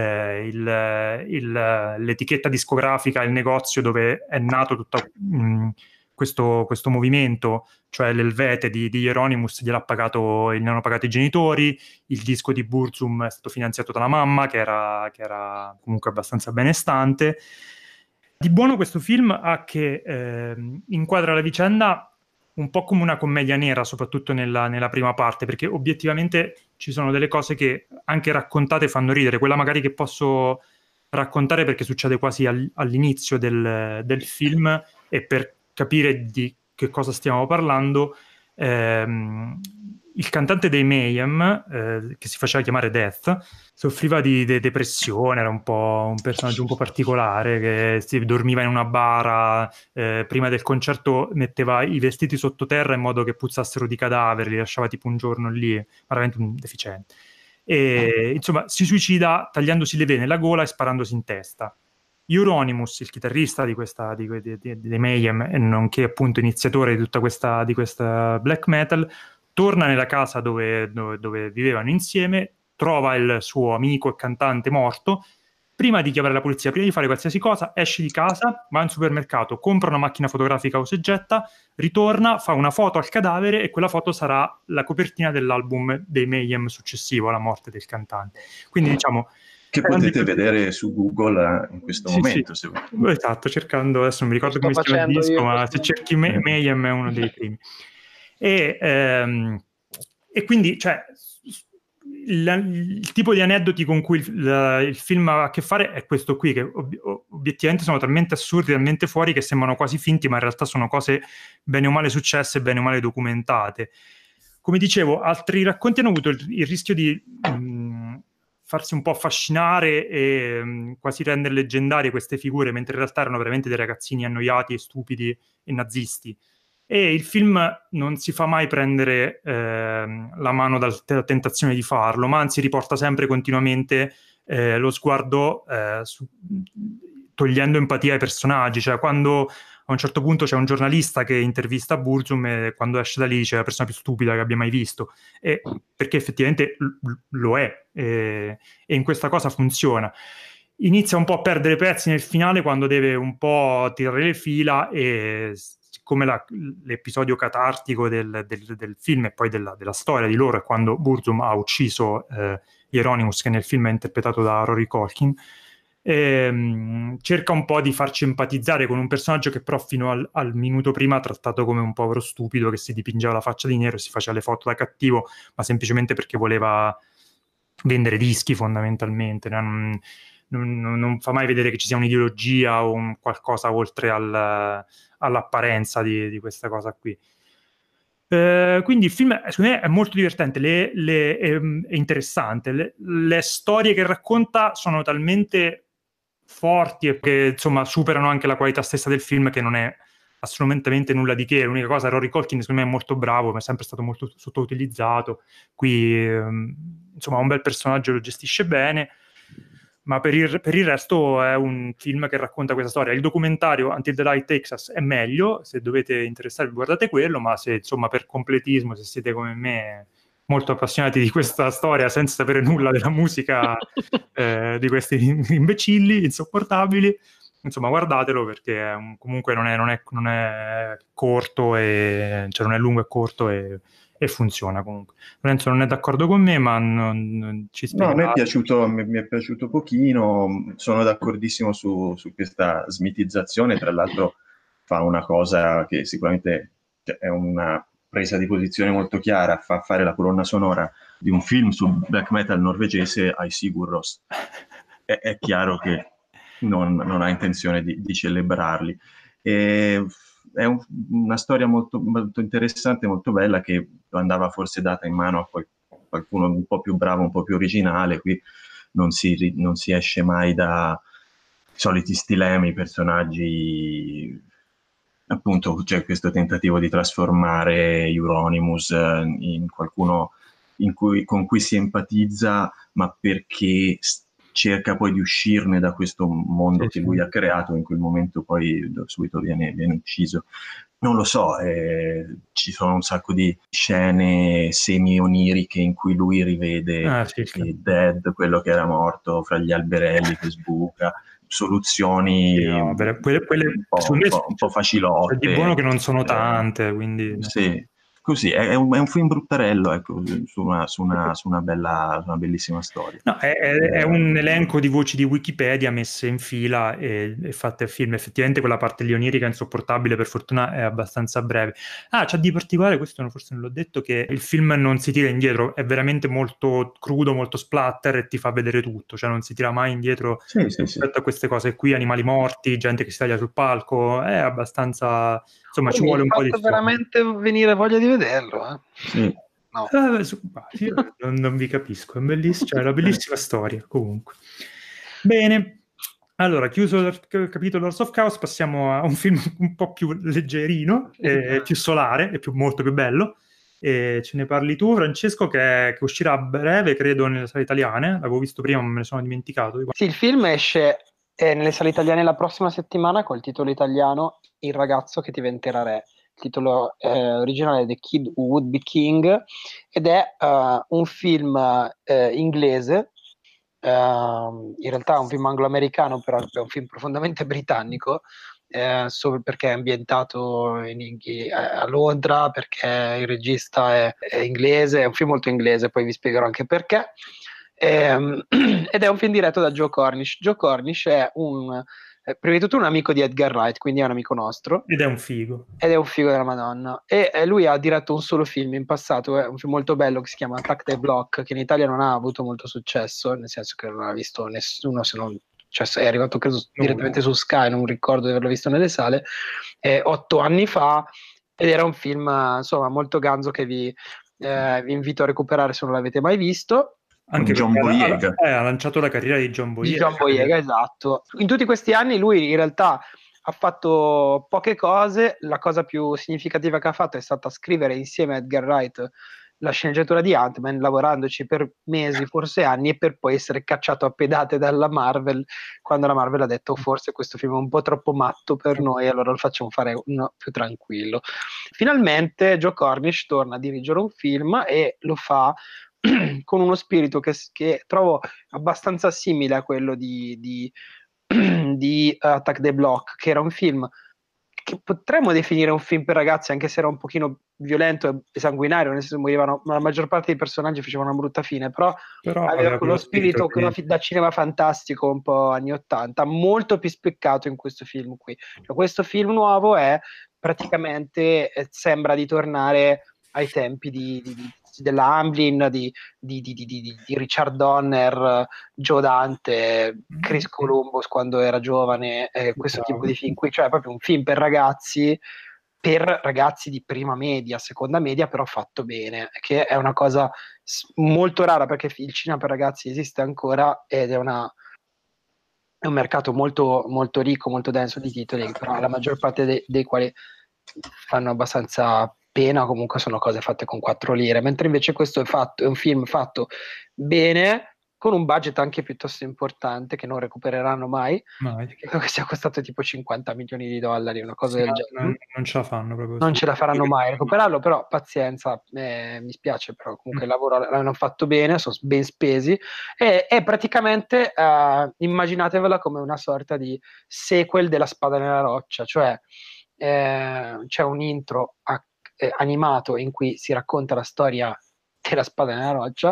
L'etichetta discografica, il negozio dove è nato tutto questo movimento, cioè l'Helvete di Euronymous, ne hanno pagato i genitori. Il disco di Burzum è stato finanziato dalla mamma, che era comunque abbastanza benestante. Di buono questo film ha che inquadra la vicenda un po' come una commedia nera, soprattutto nella prima parte, perché obiettivamente ci sono delle cose che anche raccontate fanno ridere. Quella magari che posso raccontare perché succede quasi all'inizio del film, e per capire di che cosa stiamo parlando, il cantante dei Mayhem, che si faceva chiamare Death, soffriva di depressione, era un personaggio un po' particolare, che si dormiva in una bara, prima del concerto metteva i vestiti sottoterra in modo che puzzassero di cadaveri, li lasciava tipo un giorno lì, veramente un deficiente. E insomma si suicida tagliandosi le vene, la gola e sparandosi in testa. Euronymous, il chitarrista dei Mayhem, e nonché appunto iniziatore di tutta questa black metal, torna nella casa dove vivevano insieme, trova il suo amico e cantante morto. Prima di chiamare la polizia, prima di fare qualsiasi cosa, esce di casa, va in supermercato, compra una macchina fotografica Osegetta, ritorna, fa una foto al cadavere, e quella foto sarà la copertina dell'album dei Mayhem successivo alla morte del cantante. Quindi diciamo... Che potete vedere su Google in questo momento. Sì. Esatto, cercando, adesso non mi ricordo come si chiama il disco, ma se cerchi Mayhem è uno dei primi. E quindi, cioè, il tipo di aneddoti con cui il film ha a che fare è questo qui, che obiettivamente sono talmente assurdi, talmente fuori che sembrano quasi finti, ma in realtà sono cose bene o male successe, bene o male documentate. Come dicevo, altri racconti hanno avuto il rischio di farsi un po' affascinare e quasi rendere leggendarie queste figure, mentre in realtà erano veramente dei ragazzini annoiati e stupidi e nazisti. E il film non si fa mai prendere la mano dalla tentazione di farlo, ma anzi riporta sempre continuamente lo sguardo togliendo empatia ai personaggi. Cioè, quando a un certo punto c'è un giornalista che intervista Burzum e quando esce da lì c'è la persona più stupida che abbia mai visto, perché effettivamente lo è, e in questa cosa funziona. Inizia un po' a perdere pezzi nel finale quando deve un po' tirare le fila, e siccome l'episodio catartico del film e poi della storia di loro è quando Burzum ha ucciso Hieronymus, che nel film è interpretato da Rory Culkin, cerca un po' di farci empatizzare con un personaggio che però fino al minuto prima ha trattato come un povero stupido che si dipingeva la faccia di nero e si faceva le foto da cattivo, ma semplicemente perché voleva vendere dischi fondamentalmente. Non fa mai vedere che ci sia un'ideologia o qualcosa oltre all'apparenza di questa cosa qui. Quindi il film secondo me è molto divertente, è interessante. Le storie che racconta sono talmente forti e che insomma superano anche la qualità stessa del film, che non è assolutamente nulla di che. L'unica cosa, Rory Culkin secondo me è molto bravo, ma è sempre stato molto sottoutilizzato. Qui insomma un bel personaggio, lo gestisce bene, ma per il resto è un film che racconta questa storia. Il documentario Until the Light Takes Us è meglio, se dovete interessarvi guardate quello, ma se insomma per completismo, se siete come me molto appassionati di questa storia senza sapere nulla della musica di questi imbecilli insopportabili, insomma guardatelo, perché comunque non è corto, cioè non è lungo, è corto e funziona comunque. Lorenzo non è d'accordo con me, ma non ci spiega. No, mi è piaciuto pochino, sono d'accordissimo su questa smitizzazione, tra l'altro fa una cosa che sicuramente è una presa di posizione molto chiara, fa fare la colonna sonora di un film sul black metal norvegese ai Sigur Rós. È chiaro che non ha intenzione di celebrarli. È una storia molto, molto interessante, molto bella, che andava forse data in mano a qualcuno un po' più bravo, un po' più originale. Qui non si esce mai da soliti stilemi, personaggi. Appunto c'è questo tentativo di trasformare Euronymous in qualcuno con cui si empatizza, ma perché cerca poi di uscirne da questo mondo che lui ha creato, in quel momento poi subito viene ucciso. Non lo so, ci sono un sacco di scene semi-oniriche in cui lui rivede Dead, quello che era morto, fra gli alberelli che sbuca, soluzioni no, quelle un po' facilotte. Di buono che non sono tante, quindi sì. Così, è un film bruttarello, ecco, su una bellissima storia. No, è un elenco di voci di Wikipedia messe in fila e fatte a film. Effettivamente quella parte lì onirica insopportabile, per fortuna è abbastanza breve. C'è di particolare, questo forse non l'ho detto, che il film non si tira indietro, è veramente molto crudo, molto splatter e ti fa vedere tutto, cioè non si tira mai indietro rispetto a queste cose qui, animali morti, gente che si taglia sul palco, è abbastanza... Insomma, ci vuole un po' di fatto veramente venire voglia di vederlo. Sì. No. Io non vi capisco, è bellissima, una bellissima storia comunque. Bene, allora, chiuso il capitolo Lords of Chaos, passiamo a un film un po' più leggerino, più solare e molto più bello. Ce ne parli tu, Francesco, che uscirà a breve, credo, nelle sale italiane. L'avevo visto prima, ma me ne sono dimenticato. Sì, il film esce nelle sale italiane la prossima settimana col titolo italiano Il ragazzo che diventerà re. Il titolo originale è The Kid Who Would Be King, ed è un film inglese, in realtà è un film anglo-americano, però è un film profondamente britannico, perché è ambientato a Londra, perché il regista è inglese, è un film molto inglese, poi vi spiegherò anche perché. Ed è un film diretto da Joe Cornish. Joe Cornish è un prima di tutto un amico di Edgar Wright, quindi è un amico nostro. Ed è un figo. Ed è un figo della Madonna. E lui ha diretto un solo film in passato, è un film molto bello che si chiama Attack the Block, che in Italia non ha avuto molto successo, nel senso che non ha visto nessuno, se non, cioè è arrivato credo direttamente su Sky, non ricordo di averlo visto nelle sale, 8 anni fa, ed era un film insomma molto ganzo che vi invito a recuperare se non l'avete mai visto. Anche John Boyega. Ha lanciato la carriera di John Boyega. Di John Boyega, esatto. In tutti questi anni lui in realtà ha fatto poche cose, la cosa più significativa che ha fatto è stata scrivere insieme a Edgar Wright la sceneggiatura di Ant-Man, lavorandoci per mesi, forse anni, e per poi essere cacciato a pedate dalla Marvel, quando la Marvel ha detto forse questo film è un po' troppo matto per noi, allora lo facciamo fare uno più tranquillo. Finalmente Joe Cornish torna a dirigere un film e lo fa con uno spirito che trovo abbastanza simile a quello di Attack the Block, che era un film che potremmo definire un film per ragazzi, anche se era un pochino violento e sanguinario, nel senso morivano, ma la maggior parte dei personaggi facevano una brutta fine, però aveva quello spirito da cinema fantastico un po' anni 80, molto più spiccato in questo film qui. Cioè, questo film nuovo è praticamente, sembra di tornare ai tempi della Hamlin, di Richard Donner, Joe Dante, Chris Columbus quando era giovane, questo tipo di film qui, cioè proprio un film per ragazzi di prima media, seconda media, però fatto bene, che è una cosa molto rara perché il cinema per ragazzi esiste ancora ed è un mercato molto, molto ricco, molto denso di titoli, però la maggior parte dei quali fanno abbastanza pena, comunque sono cose fatte con 4 lire, mentre invece questo è un film fatto bene, con un budget anche piuttosto importante che non recupereranno mai. Credo che sia costato tipo $50 milioni, una cosa del genere. Non ce la fanno proprio. Non ce la faranno mai a recuperarlo, però pazienza, mi spiace, però comunque il lavoro l'hanno fatto bene, sono ben spesi, e praticamente immaginatevela come una sorta di sequel della Spada nella roccia, cioè c'è un intro animato in cui si racconta la storia della Spada nella roccia,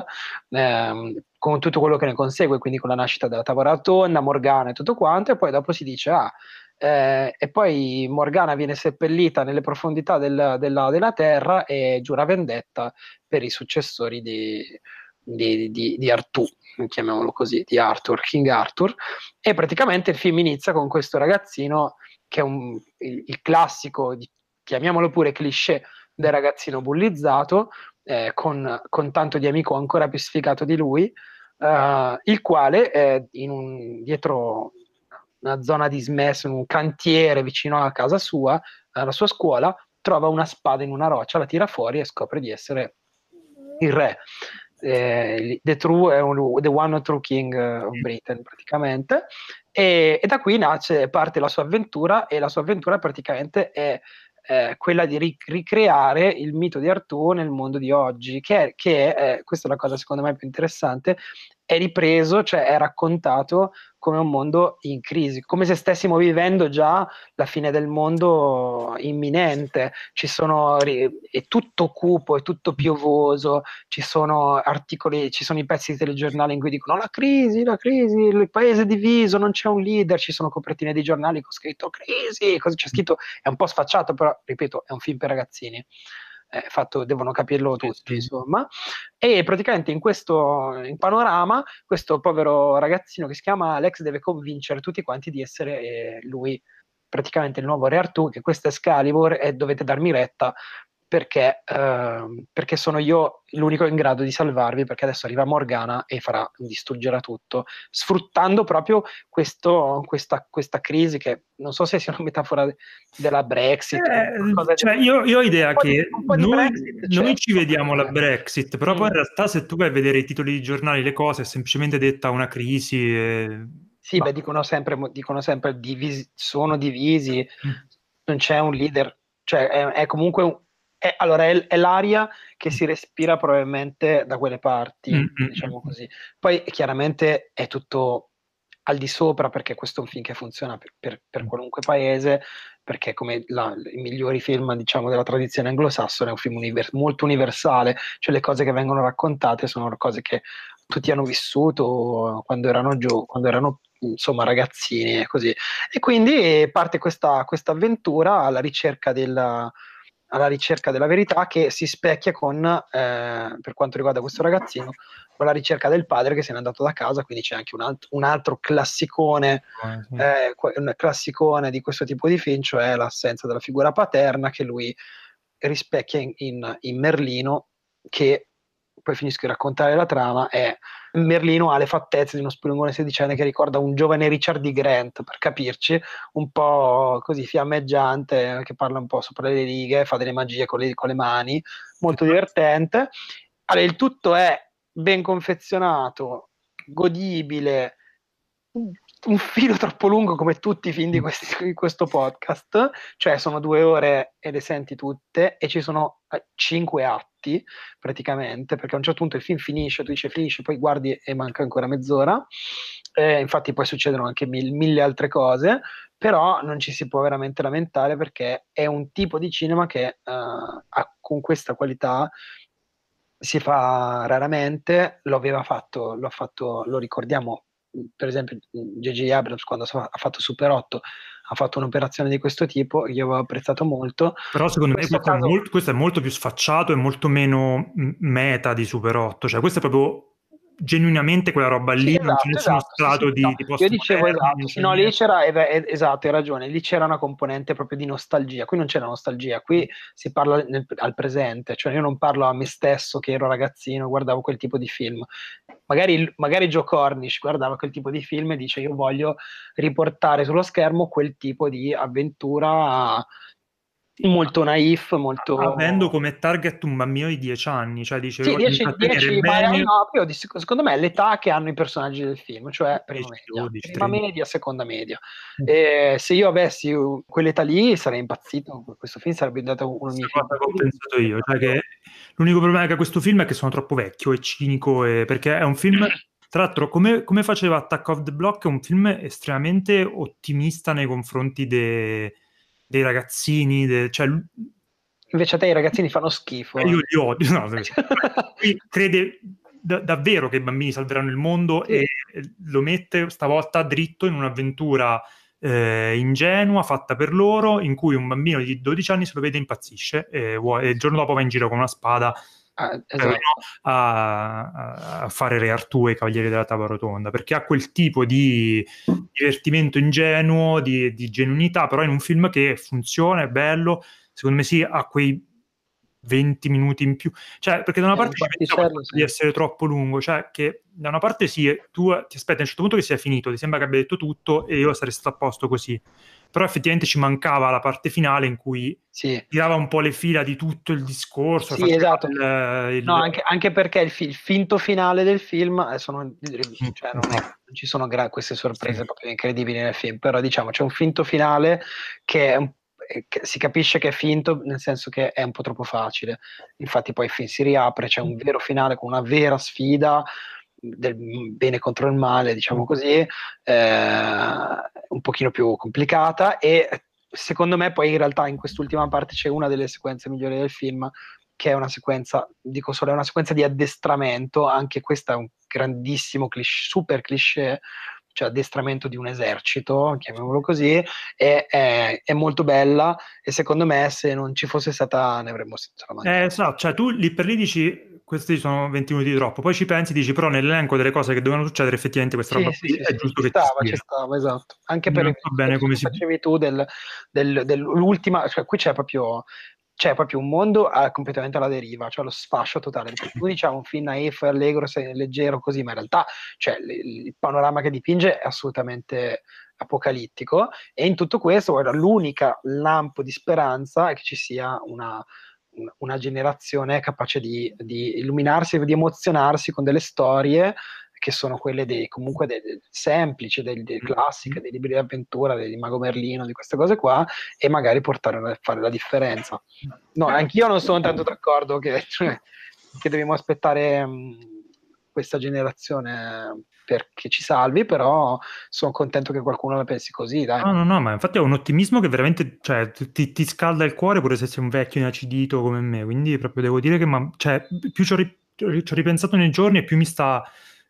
con tutto quello che ne consegue, quindi con la nascita della Tavola Rotonda, Morgana e tutto quanto, e poi dopo si dice e poi Morgana viene seppellita nelle profondità della terra e giura vendetta per i successori di Artù, chiamiamolo così, di Arthur, King Arthur, e praticamente il film inizia con questo ragazzino che è il classico, chiamiamolo pure cliché, del ragazzino bullizzato, con tanto di amico ancora più sfigato di lui, il quale dietro una zona dismessa, in un cantiere vicino a casa sua, alla sua scuola, trova una spada in una roccia, la tira fuori e scopre di essere il re. The One True King of Britain, praticamente, e da qui parte la sua avventura, e la sua avventura praticamente è quella di ricreare il mito di Artù nel mondo di oggi, che è questa è la cosa secondo me più interessante, è ripreso, cioè è raccontato come un mondo in crisi, come se stessimo vivendo già la fine del mondo imminente. È tutto cupo, è tutto piovoso, ci sono articoli, ci sono i pezzi di telegiornale in cui dicono la crisi, il paese è diviso, non c'è un leader, ci sono copertine di giornali con scritto crisi, cosa c'è scritto, è un po' sfacciato, però ripeto, è un film per ragazzini. Devono capirlo tutti, insomma, e praticamente in panorama questo povero ragazzino che si chiama Alex deve convincere tutti quanti di essere lui praticamente il nuovo Re Artù, che questo è Excalibur e dovete darmi retta perché sono io l'unico in grado di salvarvi, perché adesso arriva Morgana e distruggerà tutto, sfruttando proprio questa crisi che non so se sia una metafora della Brexit. Cioè io ho idea che noi ci vediamo la Brexit, però poi in realtà se tu vai a vedere i titoli di giornali, le cose, è semplicemente detta una crisi. Sì, beh, dicono sempre sono divisi, non c'è un leader, cioè è comunque allora è l'aria che si respira probabilmente da quelle parti, diciamo così. Poi chiaramente è tutto al di sopra, perché questo è un film che funziona per qualunque paese, perché come i migliori film, diciamo, della tradizione anglosassone, è un film molto universale, cioè le cose che vengono raccontate sono cose che tutti hanno vissuto quando erano insomma ragazzini e così. E quindi parte questa avventura alla ricerca della verità, che si specchia con, per quanto riguarda questo ragazzino, con la ricerca del padre che se n'è andato da casa. Quindi c'è anche un altro classicone, Sì. un classicone di questo tipo di film, cioè l'assenza della figura paterna, che lui rispecchia in Merlino, che poi finisco di raccontare la trama. È Merlino ha le fattezze di uno spilungone sedicenne che ricorda un giovane Richard D. Grant, per capirci, un po' così fiammeggiante, che parla un po' sopra le righe, fa delle magie con le mani, molto divertente. Allora, il tutto è ben confezionato, godibile, un filo troppo lungo come tutti i film di questo podcast, cioè sono 2 ore e le senti tutte, e ci sono 5 atti praticamente, perché a un certo punto il film finisce, tu dici finisce, poi guardi e manca ancora mezz'ora. Infatti poi succedono anche mille altre cose, però non ci si può veramente lamentare, perché è un tipo di cinema che con questa qualità si fa raramente. Lo ricordiamo, per esempio J.J. Abrams, quando ha fatto Super 8, ha fatto un'operazione di questo tipo che io avevo apprezzato molto. Però secondo me Questo caso, questo è molto più sfacciato e molto meno meta di Super 8, cioè questo è proprio genuinamente quella roba sì, lì, non c'è nessuno esatto, sì, strato sì, no, di io dicevo postmoderno, esatto, non sì, c'è no, lì niente. c'era, esatto, hai ragione, lì c'era una componente proprio di nostalgia. Qui non c'era nostalgia, qui si parla al presente, cioè io non parlo a me stesso che ero ragazzino, guardavo quel tipo di film. Magari Joe Cornish guardava quel tipo di film e dice: io voglio riportare sullo schermo quel tipo di avventura molto naif, Avendo molto... come target un bambino di 10 anni, cioè dice Sì, io voglio 10, intrattenere 10, ma bene no, secondo me è l'età che hanno i personaggi del film, cioè 10, 12, prima 13. media, seconda media. Se io avessi quell'età lì sarei impazzito, questo film sarebbe diventato uno dei Questa miei film cosa che ho preferiti. pensato io, cioè che l'unico problema che ha questo film è che sono troppo vecchio e cinico, perché è un film, tra l'altro, come faceva Attack of the Block, è un film estremamente ottimista nei confronti dei ragazzini, cioè, Invece a te i ragazzini fanno schifo. io li odio, no, lui crede davvero che i bambini salveranno il mondo Sì. e lo mette stavolta dritto in un'avventura ingenua fatta per loro, in cui un bambino di 12 anni se lo vede e impazzisce e il giorno dopo va in giro con una spada Esatto. a fare Re Artù e i Cavalieri della Tavola Rotonda, perché ha quel tipo di divertimento ingenuo, di genuinità, però in un film che funziona, è bello, secondo me sì, ha quei 20 minuti in più, cioè perché da una parte ci pensavo di essere troppo lungo, cioè che da una parte sì, tu ti aspetti a un certo punto che sia finito, ti sembra che abbia detto tutto e io sarei stato a posto così, però effettivamente ci mancava la parte finale in cui tirava un po' le fila di tutto il discorso, sì, esatto. No, il... anche perché il finto finale del film cioè non ci sono queste sorprese proprio incredibili nel film, però diciamo c'è un finto finale che si capisce che è finto, nel senso che è un po' troppo facile. Infatti poi il film si riapre, c'è un vero finale con una vera sfida del bene contro il male, diciamo così, un pochino più complicata, e secondo me poi in realtà in quest'ultima parte c'è una delle sequenze migliori del film, che è una sequenza, dico solo, è una sequenza di addestramento. Anche questa è un grandissimo super cliché, cioè addestramento di un esercito, chiamiamolo così, è molto bella, e secondo me se non ci fosse stata ne avremmo sentito la mancanza. Esatto, cioè tu lì per lì dici questi sono 20 minuti di troppo, poi ci pensi, dici però nell'elenco delle cose che dovevano succedere effettivamente questa roba qui è giusto che ci stava, esatto. Anche non per so bene come si... facevi tu dell'ultima, cioè qui c'è proprio un mondo completamente alla deriva, cioè lo sfascio totale. Tu diciamo un film naif, allegro, leggero così, ma in realtà cioè, il panorama che dipinge è assolutamente apocalittico, e in tutto questo guarda, l'unica lampo di speranza è che ci sia una generazione capace di illuminarsi, di emozionarsi con delle storie che sono quelle comunque semplici, classiche, dei libri di avventura, di Mago Merlino, di queste cose qua, e magari portare a fare la differenza. No, anch'io non sono tanto d'accordo che dobbiamo aspettare questa generazione perché ci salvi, però sono contento che qualcuno la pensi così, dai. No, ma infatti è un ottimismo che veramente, cioè, ti scalda il cuore pure se sei un vecchio inacidito come me, quindi proprio devo dire che cioè, più ci ho ripensato nei giorni e più mi sta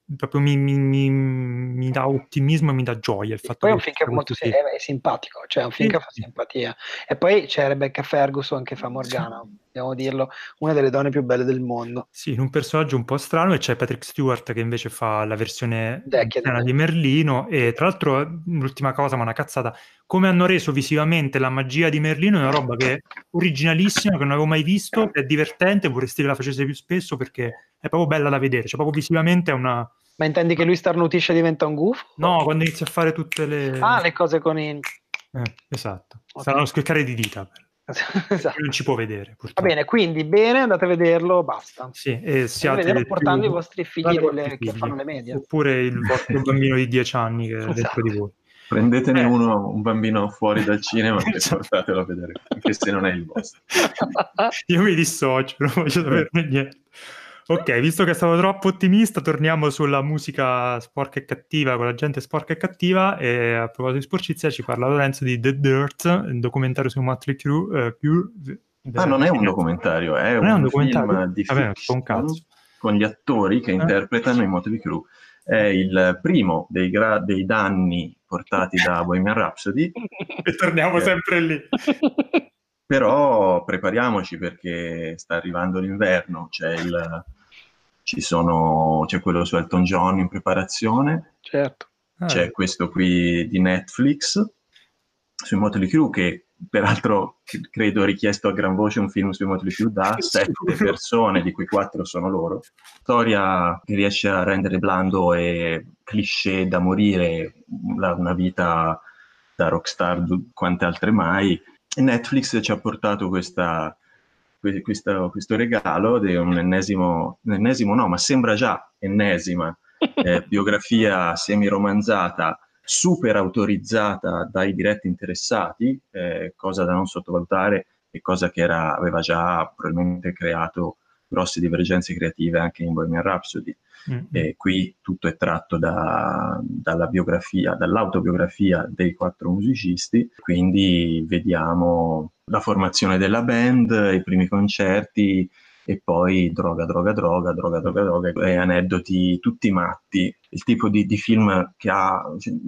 proprio mi dà ottimismo e mi dà gioia il fatto poi è un che film che molto è simpatico, cioè è un film che fa simpatia. E poi c'è Rebecca Ferguson che fa Morgana, dobbiamo dirlo, una delle donne più belle del mondo. Sì, in un personaggio un po' strano, e c'è Patrick Stewart che invece fa la versione Vecchia anziana di Merlino. E tra l'altro, l'ultima cosa, ma una cazzata, come hanno reso visivamente la magia di Merlino è una roba che è originalissima, che non avevo mai visto, è divertente, vorresti che la facesse più spesso perché è proprio bella da vedere, cioè proprio visivamente è una... Ma intendi che lui starnutisce e diventa un gufo? No, quando inizia a fare tutte le... Ah, le cose con i... esatto, Ok. saranno schiocchiare di dita. Esatto. Non ci può vedere, Va purtroppo. bene, quindi bene, andate a vederlo, basta. Sì, e Andate a siate vederlo portando più... i vostri figli che figli. fanno le medie. Oppure il vostro bambino di 10 anni che è dentro di voi. Prendetene un bambino fuori dal cinema e portatelo a vedere, anche se non è il vostro. Io mi dissocio, non voglio saperne niente. Ok, visto che è stato troppo ottimista, torniamo sulla musica sporca e cattiva, con la gente sporca e cattiva. E a proposito di sporcizia, ci parla Lorenzo di The Dirt, un documentario su Motley Crue. Non è un documentario, è un film di fiction con gli attori che interpretano i Motley Crue. È il primo dei danni portati da Bohemian Rhapsody. E torniamo sempre lì. Però prepariamoci perché sta arrivando l'inverno, c'è quello su Elton John in preparazione, certo. C'è questo qui di Netflix sui Motley Crue, che peraltro credo richiesto a gran voce un film sui Motley Crue da 7 persone, di cui 4 sono loro. Storia che riesce a rendere blando e cliché da morire una vita da rockstar quante altre mai. E Netflix ci ha portato questo regalo di un ennesimo no, ma sembra già ennesima biografia semi-romanzata, super autorizzata dai diretti interessati, cosa da non sottovalutare e cosa che aveva già probabilmente creato grosse divergenze creative anche in Bohemian Rhapsody. E qui tutto è tratto dall'autobiografia dei 4 musicisti, quindi vediamo la formazione della band, i primi concerti e poi droga e aneddoti tutti matti. Il tipo di film che ha...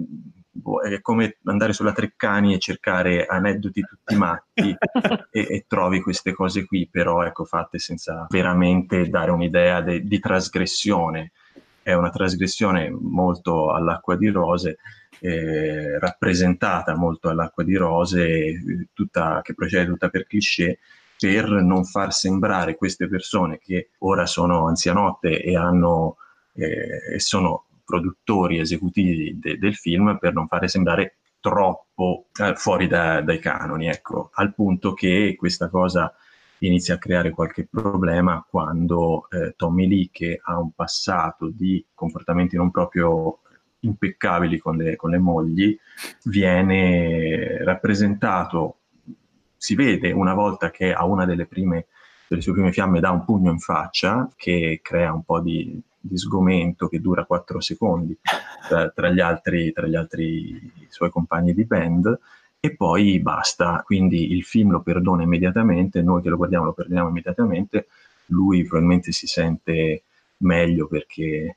è come andare sulla Treccani e cercare aneddoti tutti matti e trovi queste cose qui, però ecco, fatte senza veramente dare un'idea di trasgressione. È una trasgressione molto all'acqua di rose, rappresentata molto all'acqua di rose, che procede tutta per cliché, per non far sembrare queste persone che ora sono anzianotte e sono produttori esecutivi del film, per non fare sembrare troppo fuori dai canoni, ecco, al punto che questa cosa inizia a creare qualche problema quando Tommy Lee, che ha un passato di comportamenti non proprio impeccabili con le mogli, viene rappresentato, si vede una volta che a una delle sue prime fiamme dà un pugno in faccia che crea un po' di sgomento che dura 4 secondi tra gli altri suoi compagni di band, e poi basta. Quindi il film lo perdona immediatamente, noi che lo guardiamo lo perdoniamo immediatamente, lui probabilmente si sente meglio perché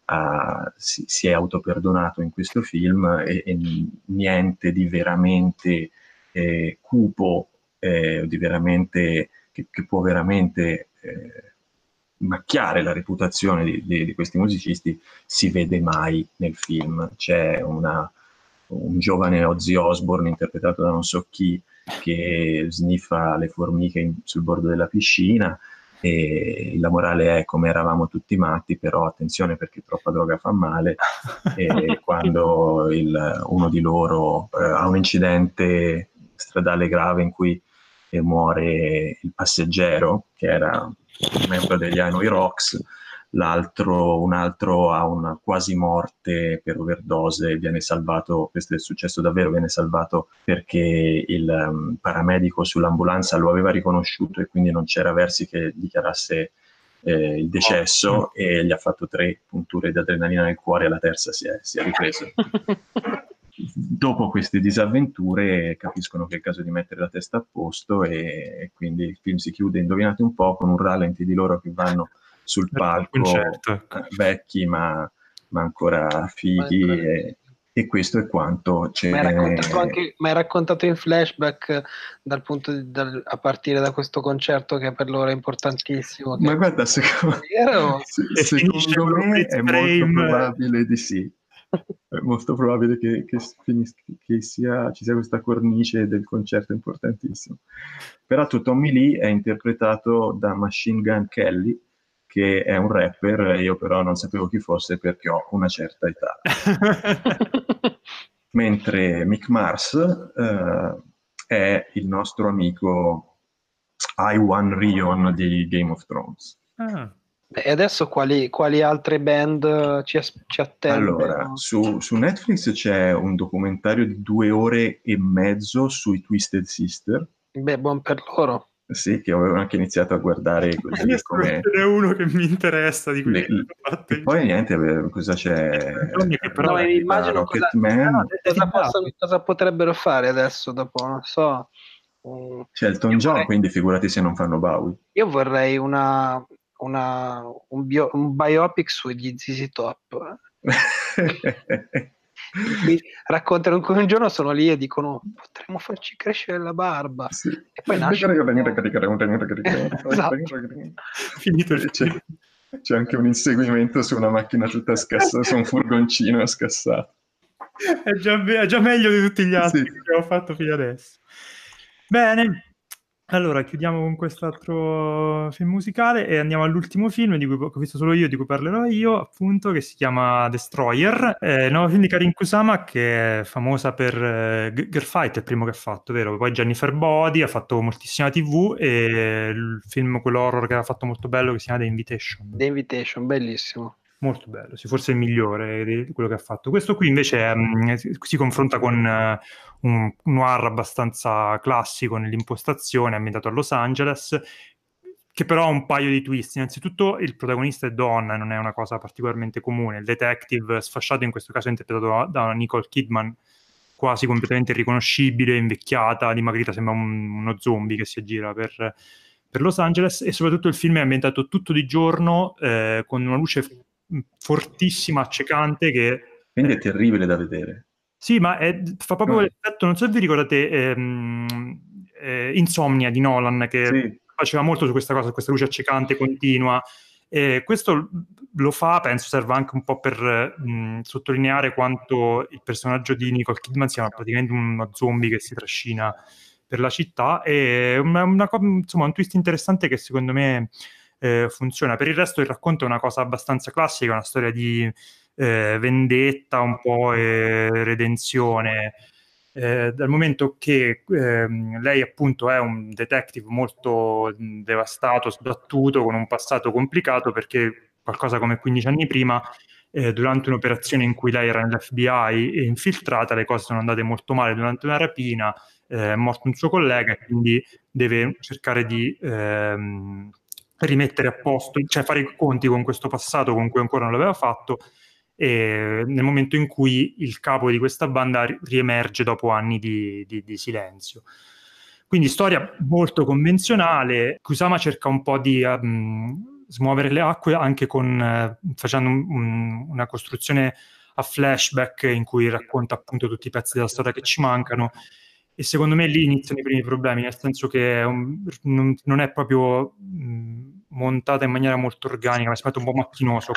si è autoperdonato in questo film, e niente di veramente cupo, di veramente che può veramente macchiare la reputazione di questi musicisti si vede mai nel film. C'è un giovane Ozzy Osbourne interpretato da non so chi che sniffa le formiche sul bordo della piscina, e la morale è: come eravamo tutti matti, però attenzione perché troppa droga fa male. E quando uno di loro ha un incidente stradale grave in cui muore il passeggero, che era un membro degli Hanoi Rocks, un altro ha una quasi morte per overdose, viene salvato, questo è successo davvero, viene salvato perché il paramedico sull'ambulanza lo aveva riconosciuto e quindi non c'era versi che dichiarasse il decesso, e gli ha fatto 3 punture di adrenalina nel cuore e alla terza si è ripreso. Dopo queste disavventure capiscono che è il caso di mettere la testa a posto, e quindi il film si chiude, indovinate un po', con un rallenti di loro che vanno sul palco, vecchi ma ma ancora fighi, e questo è quanto. Mi hai raccontato in flashback dal punto a partire da questo concerto che per loro è importantissimo. Ma guarda, secondo me è molto probabile di sì. È molto probabile che ci sia questa cornice del concerto importantissimo. Peraltro Tommy Lee è interpretato da Machine Gun Kelly, che è un rapper, io però non sapevo chi fosse perché ho una certa età. Mentre Mick Mars è il nostro amico Iwan Rheon di Game of Thrones. E adesso quali altre band ci attendono? Allora, su Netflix c'è un documentario di 2 ore e mezzo sui Twisted Sister. Beh, buon per loro. Sì, che avevo anche iniziato a guardare così come... è uno che mi interessa di cui e poi niente, cosa c'è? Però immagino Rocketman. cosa potrebbero fare adesso dopo, non so. C'è Elton John, quindi figurati se non fanno Bowie. Io vorrei un biopic sugli ZZ Top. Raccontano che un giorno sono lì e dicono potremmo farci crescere la barba, sì. E poi nasce finito il c'è anche un inseguimento su una macchina tutta scassata, su un furgoncino scassato. È già meglio di tutti gli altri che ho fatto fino adesso. Bene, allora chiudiamo con quest'altro film musicale e andiamo all'ultimo film che ho visto solo io, di cui parlerò io, appunto, che si chiama Destroyer, il nuovo film di Karin Kusama, che è famosa per Girl Fight, è il primo che ha fatto, vero? Poi Jennifer Body, ha fatto moltissima TV, e il film, quello horror che ha fatto molto bello, che si chiama The Invitation. The Invitation, bellissimo. Molto bello, sì, forse il migliore di quello che ha fatto. Questo qui invece si confronta con un noir abbastanza classico nell'impostazione, ambientato a Los Angeles, che però ha un paio di twist. Innanzitutto il protagonista è donna, non è una cosa particolarmente comune. Il detective sfasciato in questo caso è interpretato da Nicole Kidman, quasi completamente irriconoscibile, invecchiata, dimagrita, sembra uno zombie che si aggira per Los Angeles, e soprattutto il film è ambientato tutto di giorno, con una luce fortissima, accecante, che quindi è terribile da vedere. Sì, ma fa proprio l'effetto, non so se vi ricordate Insomnia di Nolan, che faceva molto su questa cosa, questa luce accecante continua. Questo lo fa, penso serva anche un po' per sottolineare quanto il personaggio di Nicole Kidman sia praticamente uno zombie che si trascina per la città, e insomma un twist interessante che secondo me funziona. Per il resto il racconto è una cosa abbastanza classica, una storia di vendetta un po' e redenzione, dal momento che lei appunto è un detective molto devastato, sbattuto, con un passato complicato, perché qualcosa come 15 anni prima, durante un'operazione in cui lei era nell'FBI e infiltrata, le cose sono andate molto male durante una rapina, è morto un suo collega, e quindi deve cercare di rimettere a posto, cioè fare i conti con questo passato con cui ancora non l'aveva fatto, e nel momento in cui il capo di questa banda riemerge dopo anni di silenzio. Quindi storia molto convenzionale. Kusama cerca un po' di smuovere le acque anche facendo una costruzione a flashback in cui racconta appunto tutti i pezzi della storia che ci mancano, e secondo me lì iniziano i primi problemi, nel senso che non è proprio montata in maniera molto organica, mi sembra un po' macchinoso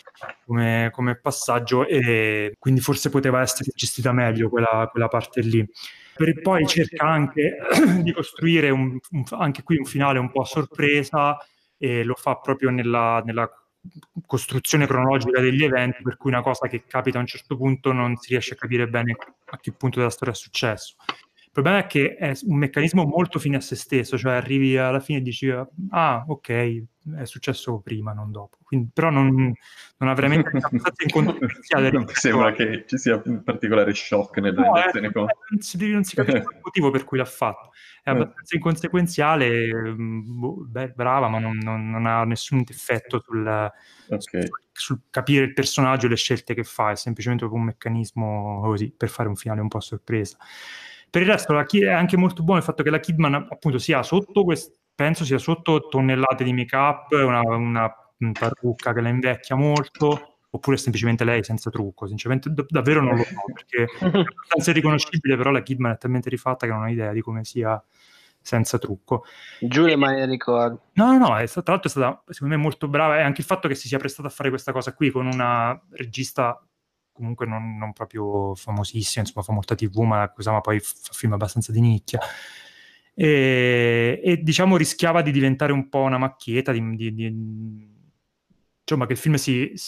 come passaggio, e quindi forse poteva essere gestita meglio quella parte lì. Poi cerca anche di costruire anche qui un finale un po' a sorpresa, e lo fa proprio nella costruzione cronologica degli eventi, per cui una cosa che capita a un certo punto non si riesce a capire bene a che punto della storia è successo. Il problema è che è un meccanismo molto fine a se stesso, cioè arrivi alla fine e dici ok, è successo prima, non dopo. Quindi, però non ha veramente abbastanza inconsequenziale. Non sembra che ci sia un particolare shock nella relazione con... non si capisce il motivo per cui l'ha fatto. È abbastanza inconsequenziale, brava, ma non ha nessun effetto sul capire il personaggio e le scelte che fa, è semplicemente un meccanismo così per fare un finale un po' a sorpresa. Per il resto è anche molto buono il fatto che la Kidman appunto sia sotto penso sia sotto tonnellate di make-up, una parrucca che la invecchia molto, oppure semplicemente lei senza trucco. Sinceramente davvero non lo so, perché è abbastanza riconoscibile, però la Kidman è talmente rifatta che non ho idea di come sia senza trucco. Giulia mai ricordo. No, tra l'altro è stata secondo me molto brava, e anche il fatto che si sia prestata a fare questa cosa qui con una regista comunque non proprio famosissima, insomma fa molta TV, ma poi fa film abbastanza di nicchia, e diciamo rischiava di diventare un po' una macchietta, insomma che il film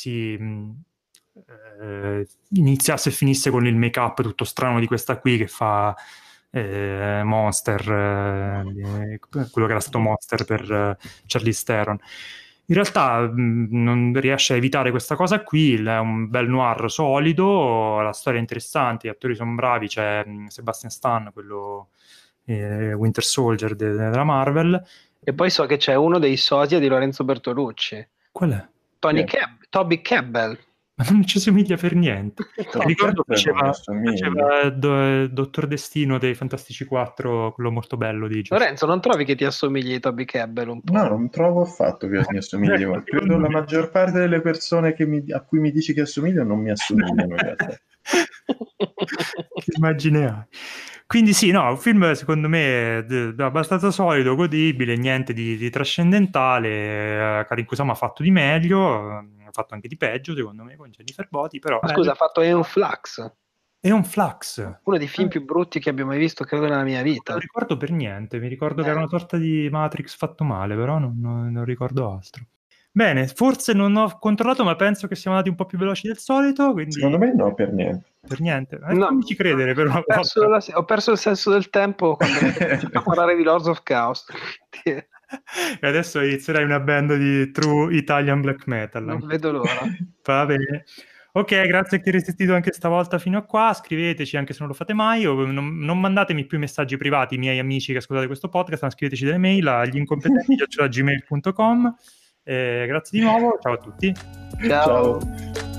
iniziasse e finisse con il make-up tutto strano di questa qui che fa Monster, quello che era stato Monster per Charlize Theron. In realtà non riesce a evitare questa cosa qui, è un bel noir solido, la storia è interessante, gli attori sono bravi, c'è Sebastian Stan, quello Winter Soldier della Marvel. E poi so che c'è uno dei sosia di Lorenzo Bertolucci. Qual è? Toby Kebbell. Ma non ci somiglia per niente. No, Mi ricordo che faceva somiglia. Dottor Destino dei Fantastici 4, quello molto bello di Lorenzo, non trovi che ti assomigli a Toby Kebbell un po'? No, non trovo affatto che mi assomigli, ma credo la maggior parte delle persone a cui mi dici che assomiglio non mi assomigliano in realtà. Che immagine hai? Quindi sì, no, un film secondo me abbastanza solido, godibile, niente di trascendentale. Karin Kusama ha fatto di meglio, ha fatto anche di peggio secondo me con Jennifer Boti, però Ma scusa, ha fatto Eon Flux. Eon Flux, uno dei film più brutti che abbia mai visto credo nella mia vita. Non lo ricordo per niente, mi ricordo che era una sorta di Matrix fatto male, però non ricordo altro. Bene, forse non ho controllato, ma penso che siamo andati un po' più veloci del solito, quindi... Secondo me no, per niente. Per niente? No, Non ci credere per una volta. Ho perso il senso del tempo quando a parlare di Lords of Chaos. E adesso inizierai una band di true Italian black metal. Non vedo l'ora. Va bene. Ok, grazie a chi è resistito anche stavolta fino a qua. Scriveteci anche se non lo fate mai, o non mandatemi più messaggi privati, miei amici che ascoltate questo podcast, ma scriveteci delle mail agli incompetenti@gmail.com. Grazie di nuovo, ciao a tutti. Ciao.